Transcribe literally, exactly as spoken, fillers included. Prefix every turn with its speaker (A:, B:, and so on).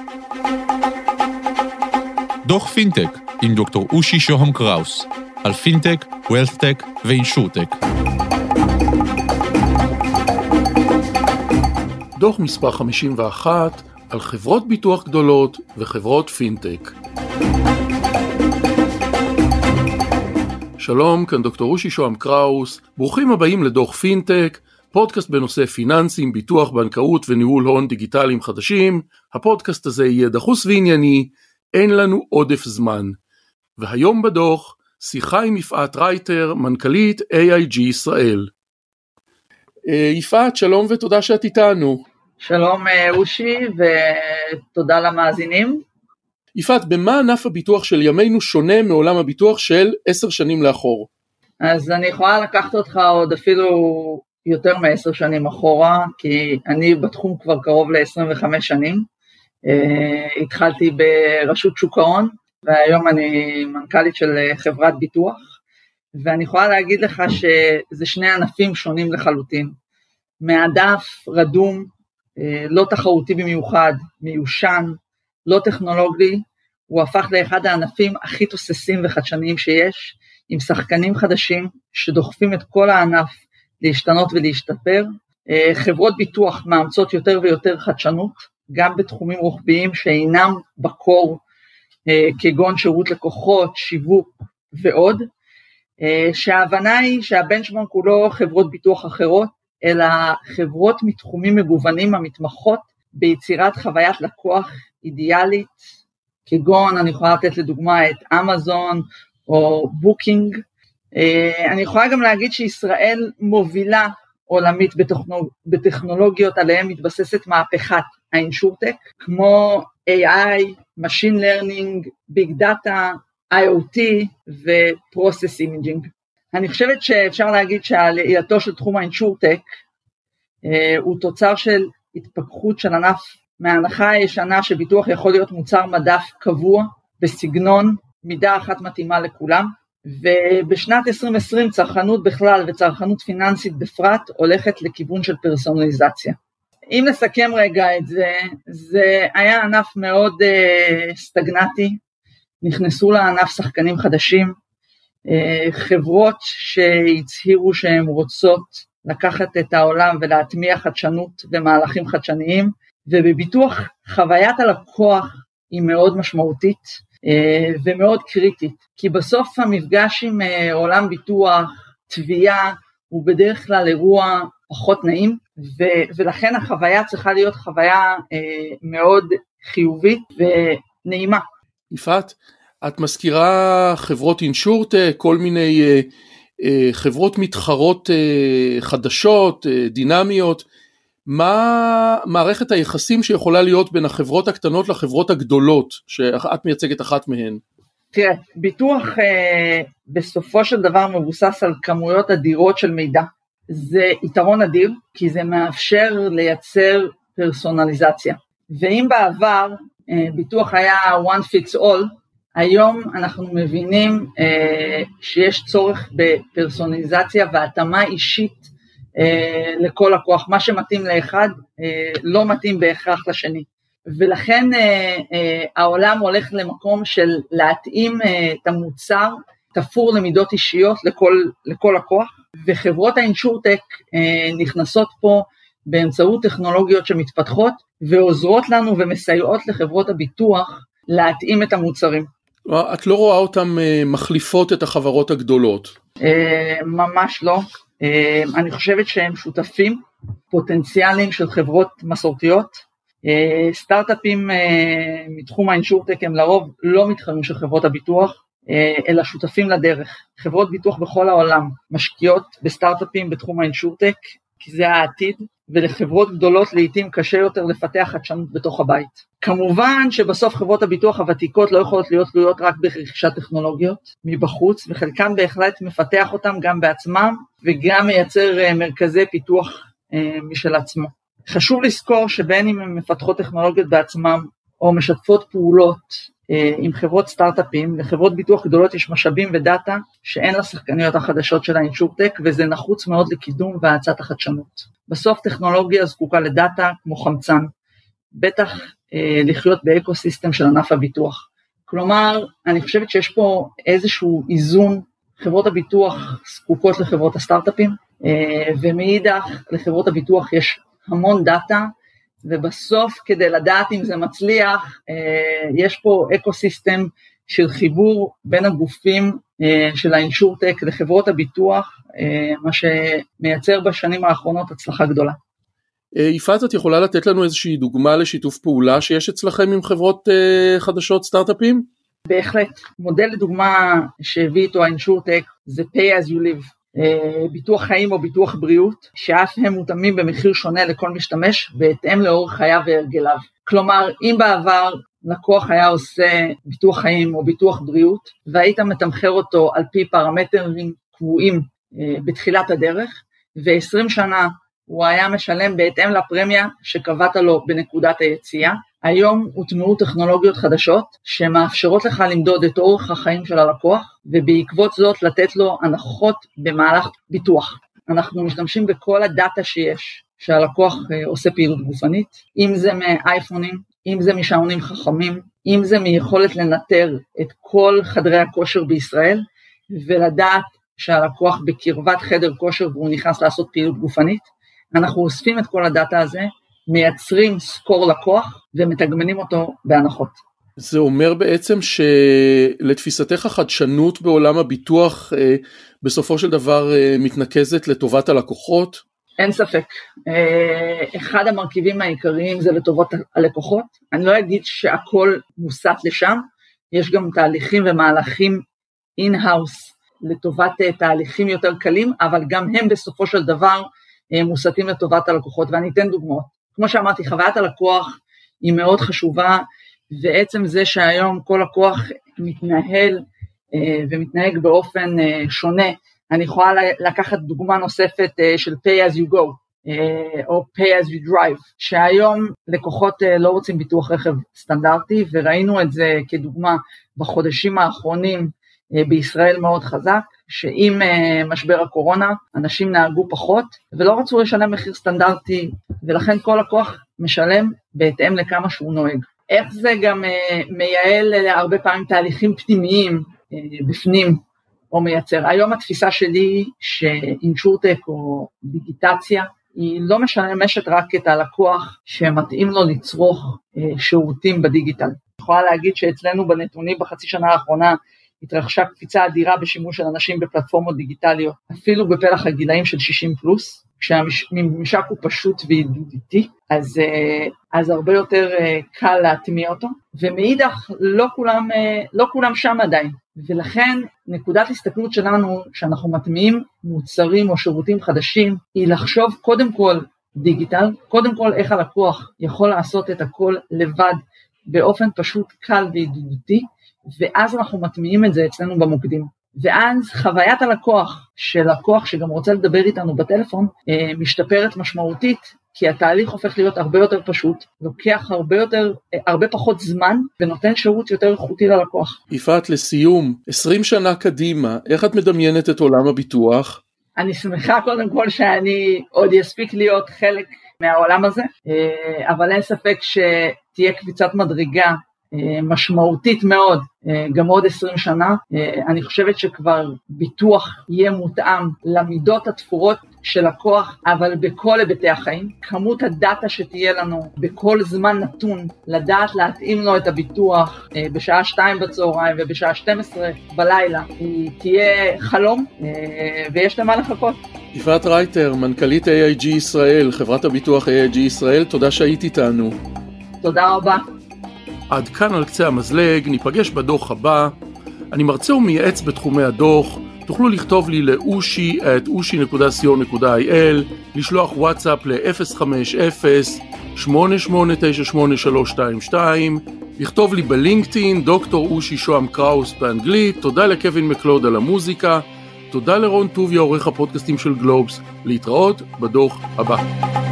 A: דוח פינטק עם דוקטור אושי שוהם קראוס, על פינטק, ווילת'טק ואינשורטק.
B: דוח מספר חמישים ואחת על חברות ביטוח גדולות וחברות פינטק. שלום, כאן דוקטור אושי שוהם קראוס, ברוכים הבאים לדוח פינטק, פודקאסט בנושא פיננסים, ביטוח, בנקאות וניהול הון דיגיטליים חדשים. הפודקאסט הזה יהיה דחוס וענייני, אין לנו עודף זמן. והיום בדוח, שיחה עם יפעת רייטר, מנכ"לית איי איי ג'י ישראל. יפעת, שלום ותודה שאת איתנו.
C: שלום אושי ותודה למאזינים.
B: יפעת, במה ענף הביטוח של ימינו שונה מעולם הביטוח של עשר שנים לאחור?
C: אז אני יכולה לקחת אותך עוד אפילו יותר מעשר שנים אחורה, כי אני בתחום כבר קרוב ל-עשרים וחמש שנים. Uh, התחלתי ברשות שוק ההון, והיום אני מנכ"לית של חברת ביטוח, ואני יכולה להגיד לך שזה שני ענפים שונים לחלוטין. מעדף רדום, uh, לא תחרותי במיוחד, מיושן, לא טכנולוגי, הוא הפך לאחד הענפים הכי תוססים וחדשניים שיש, עם שחקנים חדשים שדוחפים את כל הענף להשתנות ולהשתפר. Uh, חברות ביטוח מאמצות יותר ויותר חדשנות, גם בתחומים רוחביים שאינם בקור, אה, כגון שירות לקוחות, שיווק ועוד, אה, שההבנה היא שהבנצ'מרק הוא לא חברות ביטוח אחרות, אלא חברות מתחומים מגוונים המתמחות ביצירת חוויית לקוח אידיאלית, כגון אני יכולה לתת לדוגמה את אמזון או בוקינג. אה, אני יכולה גם להגיד שישראל מובילה עולמית בטכנולוג... בטכנולוגיות עליהן מתבססת מהפכת האינשורטק, כמו איי איי, Machine Learning, Big Data, איי או טי ו-Process Imaging. אני חושבת שאפשר להגיד שהעלייתו של תחום האינשורטק אה, הוא תוצר של התפתחות של ענף מההנחה הישנה שביטוח יכול להיות מוצר מדף קבוע בסגנון מידה אחת מתאימה לכולם, ובשנת עשרים עשרים צרכנות בכלל וצרכנות פיננסית בפרט הולכת לכיוון של פרסונליזציה. אם נסכם רגע את זה, זה היה ענף מאוד uh, סטגנטי, נכנסו לענף שחקנים חדשים, uh, חברות שהצהירו שהן רוצות לקחת את העולם ולהטמיע חדשנות ומהלכים חדשניים, ובביטוח חוויית הלקוח היא מאוד משמעותית uh, ומאוד קריטית, כי בסוף המפגש עם uh, עולם ביטוח, תביעה, הוא בדרך כלל אירוע פחות נעים, ו- ולכן החוויה צריכה להיות חוויה אה, מאוד חיובית ונעימה.
B: יפעת, את מזכירה חברות אינשורטק, כל מיני אה, אה, חברות מתחרות אה, חדשות, אה, דינמיות, מה מערכת היחסים שיכולה להיות בין החברות הקטנות לחברות הגדולות, שאת מייצגת אחת מהן?
C: תראה, ביטוח אה, בסופו של דבר מבוסס על כמויות אדירות של מידע, זה יתרון אדיר, כי זה מאפשר לייצר פרסונליזציה. ואם בעבר ביטוח היה one fits all, היום אנחנו מבינים שיש צורך בפרסונליזציה והתאמה אישית לכל לקוח. מה שמתאים לאחד לא מתאים בהכרח לשני. ולכן העולם הולך למקום של להתאים את המוצר, תפור למידות אישיות לכל, לכל לקוח. וחברות האינשורטק אה, נכנסות פה באמצעות טכנולוגיות שמתפתחות ועוזרות לנו ומסייעות לחברות הביטוח להתאים את המוצרים.
B: את לא רואה אותם אה, מחליפות את החברות הגדולות?
C: אה, ממש לא. אה, אני חושבת שהם שותפים פוטנציאליים של חברות מסורתיות. אה, סטארט-אפים אה, מתחום האינשורטק הם לרוב לא מתחרים של חברות הביטוח, אלא שותפים לדרך. חברות ביטוח בכל העולם משקיעות בסטארט-אפים בתחום האינשורטק, כי זה העתיד, ולחברות גדולות לעתים קשה יותר לפתח חדשנות בתוך הבית. כמובן שבסוף חברות הביטוח הוותיקות לא יכולות להיות תלויות רק ברכישת טכנולוגיות מבחוץ, וחלקם בהחלט מפתח אותם גם בעצמם, וגם מייצר מרכזי פיתוח משל עצמו. חשוב לזכור שבין אם הם מפתחות טכנולוגיות בעצמם, או משתפות פעולות עם חברות סטארט-אפים, לחברות ביטוח גדולות יש משאבים ודאטה שאין לשחקניות החדשות של האינשורטק, וזה נחוץ מאוד לקידום והאצת החדשנות. בסוף טכנולוגיה זקוקה לדאטה כמו חמצן, בטח לחיות באקוסיסטם של ענף הביטוח. כלומר, אני חושבת שיש פה איזשהו איזון, חברות הביטוח זקוקות לחברות הסטארט-אפים, ומאידך לחברות הביטוח יש המון דאטה, ובסוף כדי לדעת אם זה מצליח, יש פה אקוסיסטם של חיבור בין הגופים של האינשורטק לחברות הביטוח, מה שמייצר בשנים האחרונות הצלחה גדולה.
B: יפעת, את יכולה לתת לנו איזושהי דוגמה לשיתוף פעולה שיש אצלכם עם חברות חדשות סטארט-אפים?
C: בהחלט. מודל לדוגמה שהביא איתו האינשורטק זה pay as you live, ביטוח חיים או ביטוח בריאות, שאף הם מותאמים במחיר שונה לכל משתמש, בהתאם לאורך חייו והרגליו. כלומר, אם בעבר לקוח היה עושה ביטוח חיים או ביטוח בריאות, והיית מתמחר אותו על פי פרמטרים קבועים בתחילת הדרך, ו-עשרים שנה הוא היה משלם בהתאם לפרמיה שקבעת לו בנקודת היציאה. היום הוטמעו טכנולוגיות חדשות שמאפשרות לך למדוד את אורך החיים של הלקוח, ובעקבות זאת לתת לו הנחות במהלך ביטוח. אנחנו משתמשים בכל הדאטה שיש, שהלקוח עושה פעילות גופנית, אם זה מאייפונים, אם זה משעונים חכמים, אם זה מיכולת לנטר את כל חדרי הכושר בישראל, ולדעת שהלקוח בקרבת חדר כושר והוא נכנס לעשות פעילות גופנית. אנחנו אוספים את כל הדאטה הזה, מייצרים סקור לקוח ומתגמנים אותו בהנחות.
B: זה אומר בעצם שלתפיסתך החדשנות בעולם הביטוח בסופו של דבר מתנקזת לטובת הלקוחות?
C: אין ספק. אחד המרכיבים העיקריים זה לטובת הלקוחות. אני לא אגיד שהכל מוסט לשם, יש גם תהליכים ומהלכים אין-האוס לטובת תהליכים יותר קלים, אבל גם הם בסופו של דבר מוסטים לטובת הלקוחות, ואני אתן דוגמאות. כמו שאמרתי, חוויית הלקוח היא מאוד חשובה, ועצם זה שהיום כל לקוח מתנהל ומתנהג באופן שונה, אני יכולה לקחת דוגמה נוספת של pay as you go, או pay as you drive, שהיום לקוחות לא רוצים ביטוח רכב סטנדרטי, וראינו את זה כדוגמה בחודשים האחרונים בישראל מאוד חזק, שעם משבר הקורונה אנשים נהגו פחות, ולא רצו לשלם מחיר סטנדרטי, ולכן כל לקוח משלם בהתאם לכמה שהוא נוהג. איך זה גם מייעל הרבה פעמים תהליכים פנימיים בפנים, או מייצר. היום התפיסה שלי שאינשורטק או דיגיטציה, היא לא משמשת רק את הלקוח שמתאים לו לצרוך שירותים בדיגיטל. אני יכולה להגיד שאצלנו בנתונים בחצי שנה האחרונה, התרחשה קפיצה אדירה בשימוש של אנשים בפלטפורמות דיגיטליות, אפילו בפלח הגילאים של שישים פלוס, כשהממשק הוא פשוט וידידותי, אז, אז הרבה יותר קל להטמיע אותו, ומאידך לא כולם, לא כולם שם עדיין, ולכן נקודת הסתכלות שלנו, שאנחנו מטמיעים מוצרים או שירותים חדשים, היא לחשוב קודם כל דיגיטל, קודם כל איך הלקוח יכול לעשות את הכל לבד, באופן פשוט קל וידידותי, ואז אנחנו מטמיעים את זה אצלנו במוקדים. ואז חוויית הלקוח, של לקוח שגם רוצה לדבר איתנו בטלפון, משתפרת משמעותית, כי התהליך הופך להיות הרבה יותר פשוט, לוקח הרבה יותר, הרבה פחות זמן, ונותן שירות יותר איכותי ללקוח.
B: יפעת, לסיום, עשרים שנה קדימה, איך את מדמיינת את עולם הביטוח?
C: אני שמחה קודם כל שאני עוד יספיק להיות חלק מהעולם הזה, אבל אין ספק שתהיה קביצת מדרגה, משמעותית מאוד, גם עוד עשרים שנה. אני חושבת שכבר ביטוח יהיה מותאם למידות התפורות של לקוח, אבל בכל היבטי החיים. כמות הדאטה שתהיה לנו בכל זמן נתון, לדעת להתאים לו את הביטוח בשעה שתיים בצהריים ובשעה שתים עשרה בלילה, היא תהיה חלום, ויש למה לחכות.
B: יפעת רייטר, מנכ"לית איי איי ג'י ישראל, חברת הביטוח איי איי ג'י ישראל, תודה שהיית איתנו.
C: תודה רבה.
B: עד כאן על קצה המזלג, ניפגש בדוח הבא. אני מרצה ומייעץ בתחומי הדוח, תוכלו לכתוב לי לאושי את אושי נקודה סי או נקודה איי אל, לשלוח וואטסאפ ל-אפס חמש אפס שמונה שמונה תשע שמונה שלוש שתיים שתיים, לכתוב לי בלינקדאין דוקטור אושי שוהם קראוס באנגלית. תודה לקווין מקלוד על המוזיקה, תודה לרון טוביה עורך הפודקאסטים של גלובס, להתראות בדוח הבא.